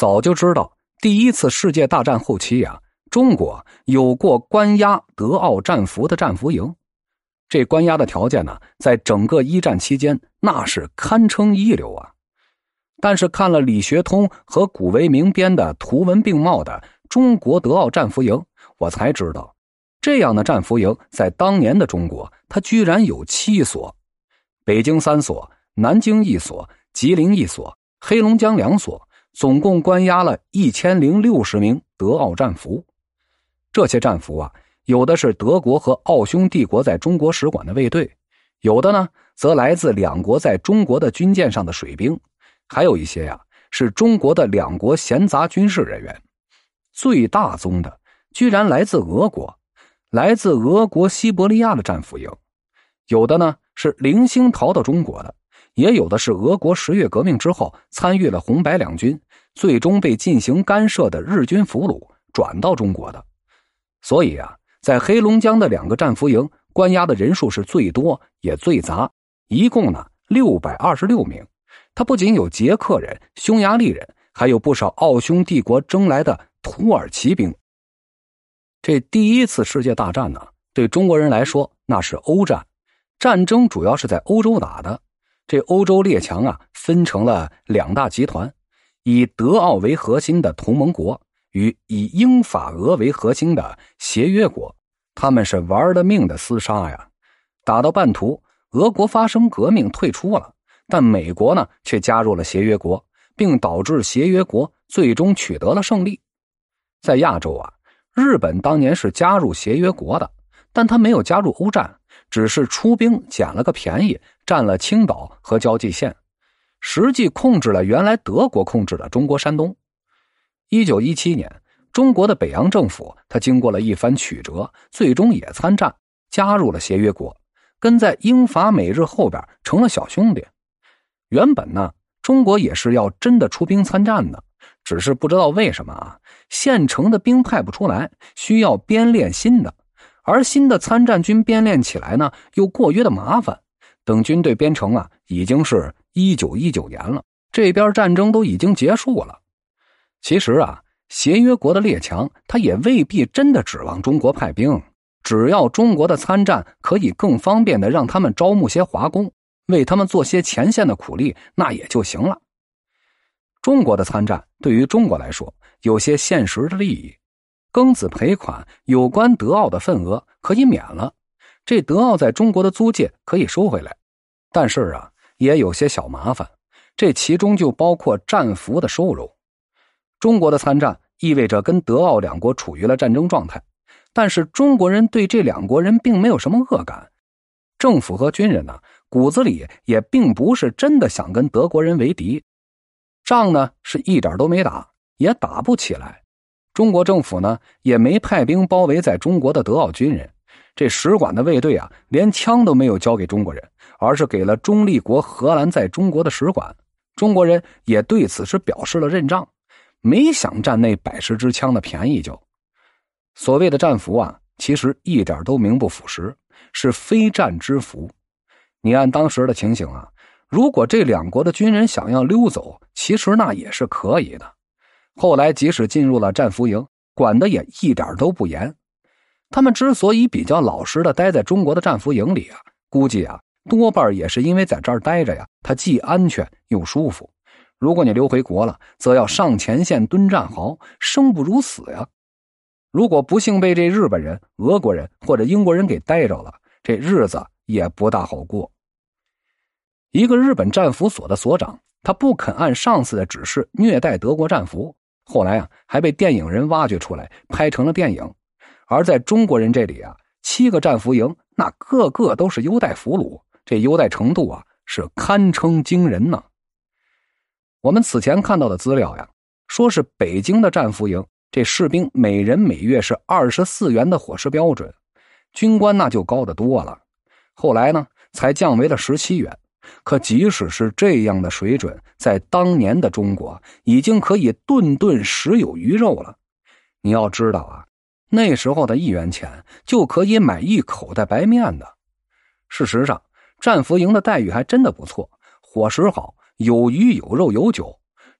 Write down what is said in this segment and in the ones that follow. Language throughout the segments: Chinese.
早就知道第一次世界大战后期中国有过关押德奥战俘的战俘营。这关押的条件在整个一战期间那是堪称一流但是看了李学通和古维明编的图文并茂的《中国德奥战俘营》，我才知道这样的战俘营在当年的中国它居然有7所，北京3所，南京1所，吉林1所，黑龙江2所，总共关押了1060名德奥战俘。这些战俘有的是德国和奥匈帝国在中国使馆的卫队，有的呢则来自两国在中国的军舰上的水兵，还有一些是中国的两国闲杂军事人员。最大宗的居然来自俄国，来自俄国西伯利亚的战俘营，有的呢是零星逃到中国的，也有的是俄国10月革命之后参与了红白两军，最终被进行干涉的日军俘虏转到中国的。所以在黑龙江的2个战俘营关押的人数是最多也最杂，一共626名。他不仅有捷克人、匈牙利人，还有不少奥匈帝国征来的土耳其兵。这第一次世界大战对中国人来说那是欧战，战争主要是在欧洲打的。这欧洲列强分成了2大集团，以德奥为核心的同盟国与以英法俄为核心的协约国，他们是玩了命的厮杀打到半途，俄国发生革命退出了，但美国呢却加入了协约国，并导致协约国最终取得了胜利。在亚洲日本当年是加入协约国的，但他没有加入欧战，只是出兵捡了个便宜，占了青岛和交际线，实际控制了原来德国控制的中国山东。1917年，中国的北洋政府他经过了一番曲折，最终也参战，加入了协约国，跟在英法美日后边成了小兄弟。原本呢，中国也是要真的出兵参战的，只是不知道为什么现成的兵派不出来，需要编练新的，而新的参战军编练起来呢又过于的麻烦。等军队编成已经是1919年了，这边战争都已经结束了。其实协约国的列强他也未必真的指望中国派兵，只要中国的参战可以更方便的让他们招募些华工，为他们做些前线的苦力，那也就行了。中国的参战对于中国来说有些现实的利益，庚子赔款有关德奥的份额可以免了，这德奥在中国的租界可以收回来。但是也有些小麻烦，这其中就包括战俘的收入。中国的参战意味着跟德奥2国处于了战争状态，但是中国人对这2国人并没有什么恶感，政府和军人骨子里也并不是真的想跟德国人为敌，仗呢是一点都没打，也打不起来。中国政府呢也没派兵包围在中国的德奥军人，这使馆的卫队连枪都没有交给中国人，而是给了中立国荷兰在中国的使馆。中国人也对此是表示了认账，没想占那百10支枪的便宜就。所谓的战俘其实一点都名不副实，是非战之俘。你按当时的情形如果这2国的军人想要溜走，其实那也是可以的。后来即使进入了战俘营，管得也一点都不严。他们之所以比较老实的待在中国的战俘营里估计多半也是因为在这儿待着他既安全又舒服。如果你溜回国了，则要上前线蹲战壕，生不如死呀。如果不幸被这日本人、俄国人或者英国人给逮着了，这日子也不大好过。一个日本战俘所的所长，他不肯按上司的指示虐待德国战俘，后来还被电影人挖掘出来拍成了电影。而在中国人这里7个战俘营那个个都是优待俘虏，这优待程度是堪称惊人呢。我们此前看到的资料说是北京的战俘营，这士兵每人每月是24元的伙食标准，军官那就高得多了。后来呢才降为了17元，可即使是这样的水准，在当年的中国已经可以顿顿食有鱼肉了。你要知道那时候的1元钱就可以买一口袋白面的。事实上，战俘营的待遇还真的不错，伙食好，有鱼有肉有酒。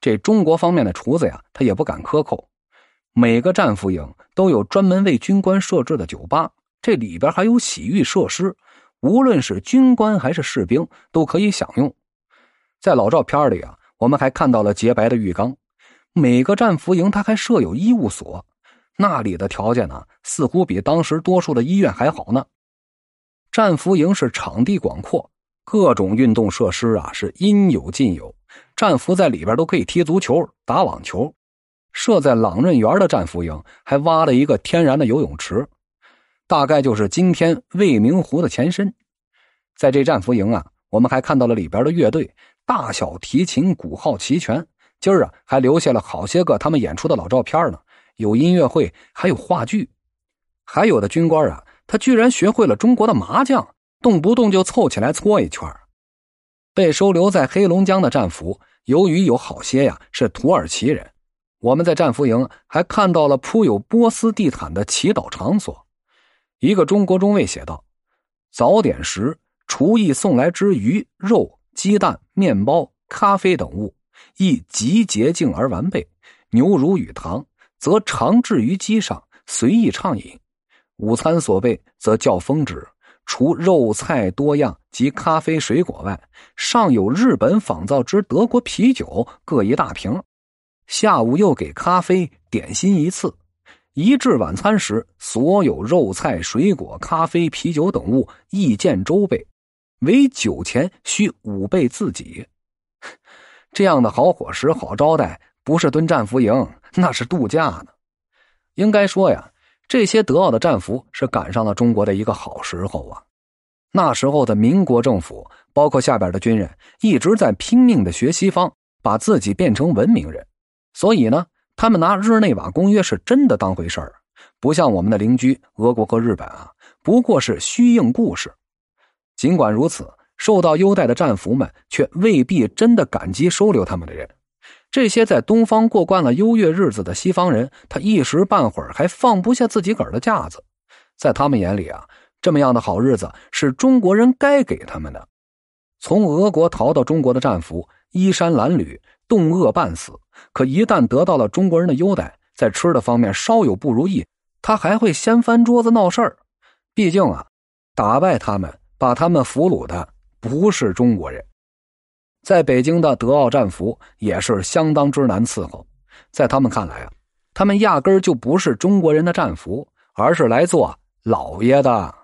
这中国方面的厨子呀，他也不敢克扣。每个战俘营都有专门为军官设置的酒吧，这里边还有洗浴设施，无论是军官还是士兵都可以享用。在老照片里啊，我们还看到了洁白的浴缸。每个战俘营它还设有医务所，那里的条件呢，似乎比当时多数的医院还好呢。战俘营是场地广阔，各种运动设施啊是应有尽有，战俘在里边都可以踢足球、打网球。设在朗润园的战俘营还挖了一个天然的游泳池，大概就是今天未名湖的前身。在这战俘营啊，我们还看到了里边的乐队，大小提琴、鼓号齐全。今儿啊，还留下了好些个他们演出的老照片呢，有音乐会，还有话剧。还有的军官啊，他居然学会了中国的麻将，动不动就凑起来搓一圈。被收留在黑龙江的战俘，由于有好些呀是土耳其人，我们在战俘营还看到了铺有波斯地毯的祈祷场所。一个中国中尉写道：早点时，厨役送来之鱼、肉、鸡蛋、面包、咖啡等物，亦极洁净而完备。牛乳与糖，则常置于机上，随意畅饮。午餐所备，则较丰之。除肉菜多样及咖啡水果外，尚有日本仿造之德国啤酒各一大瓶。下午又给咖啡点心一次。一至晚餐时，所有肉菜水果咖啡啤酒等物亦见周备，唯酒钱需5倍自己。这样的好伙食好招待，不是蹲战俘营，那是度假呢。应该说呀，这些德奥的战俘是赶上了中国的一个好时候啊。那时候的民国政府，包括下边的军人，一直在拼命的学西方，把自己变成文明人。所以呢，他们拿日内瓦公约是真的当回事儿，不像我们的邻居俄国和日本啊，不过是虚应故事。尽管如此，受到优待的战俘们却未必真的感激收留他们的人。这些在东方过惯了优越日子的西方人，他一时半会儿还放不下自己个儿的架子。在他们眼里啊，这么样的好日子是中国人该给他们的。从俄国逃到中国的战俘衣衫褴褛，冻饿半死，可一旦得到了中国人的优待，在吃的方面稍有不如意，他还会掀翻桌子闹事儿。毕竟啊，打败他们把他们俘虏的不是中国人。在北京的德奥战俘也是相当之难伺候，在他们看来啊，他们压根儿就不是中国人的战俘，而是来做老爷的。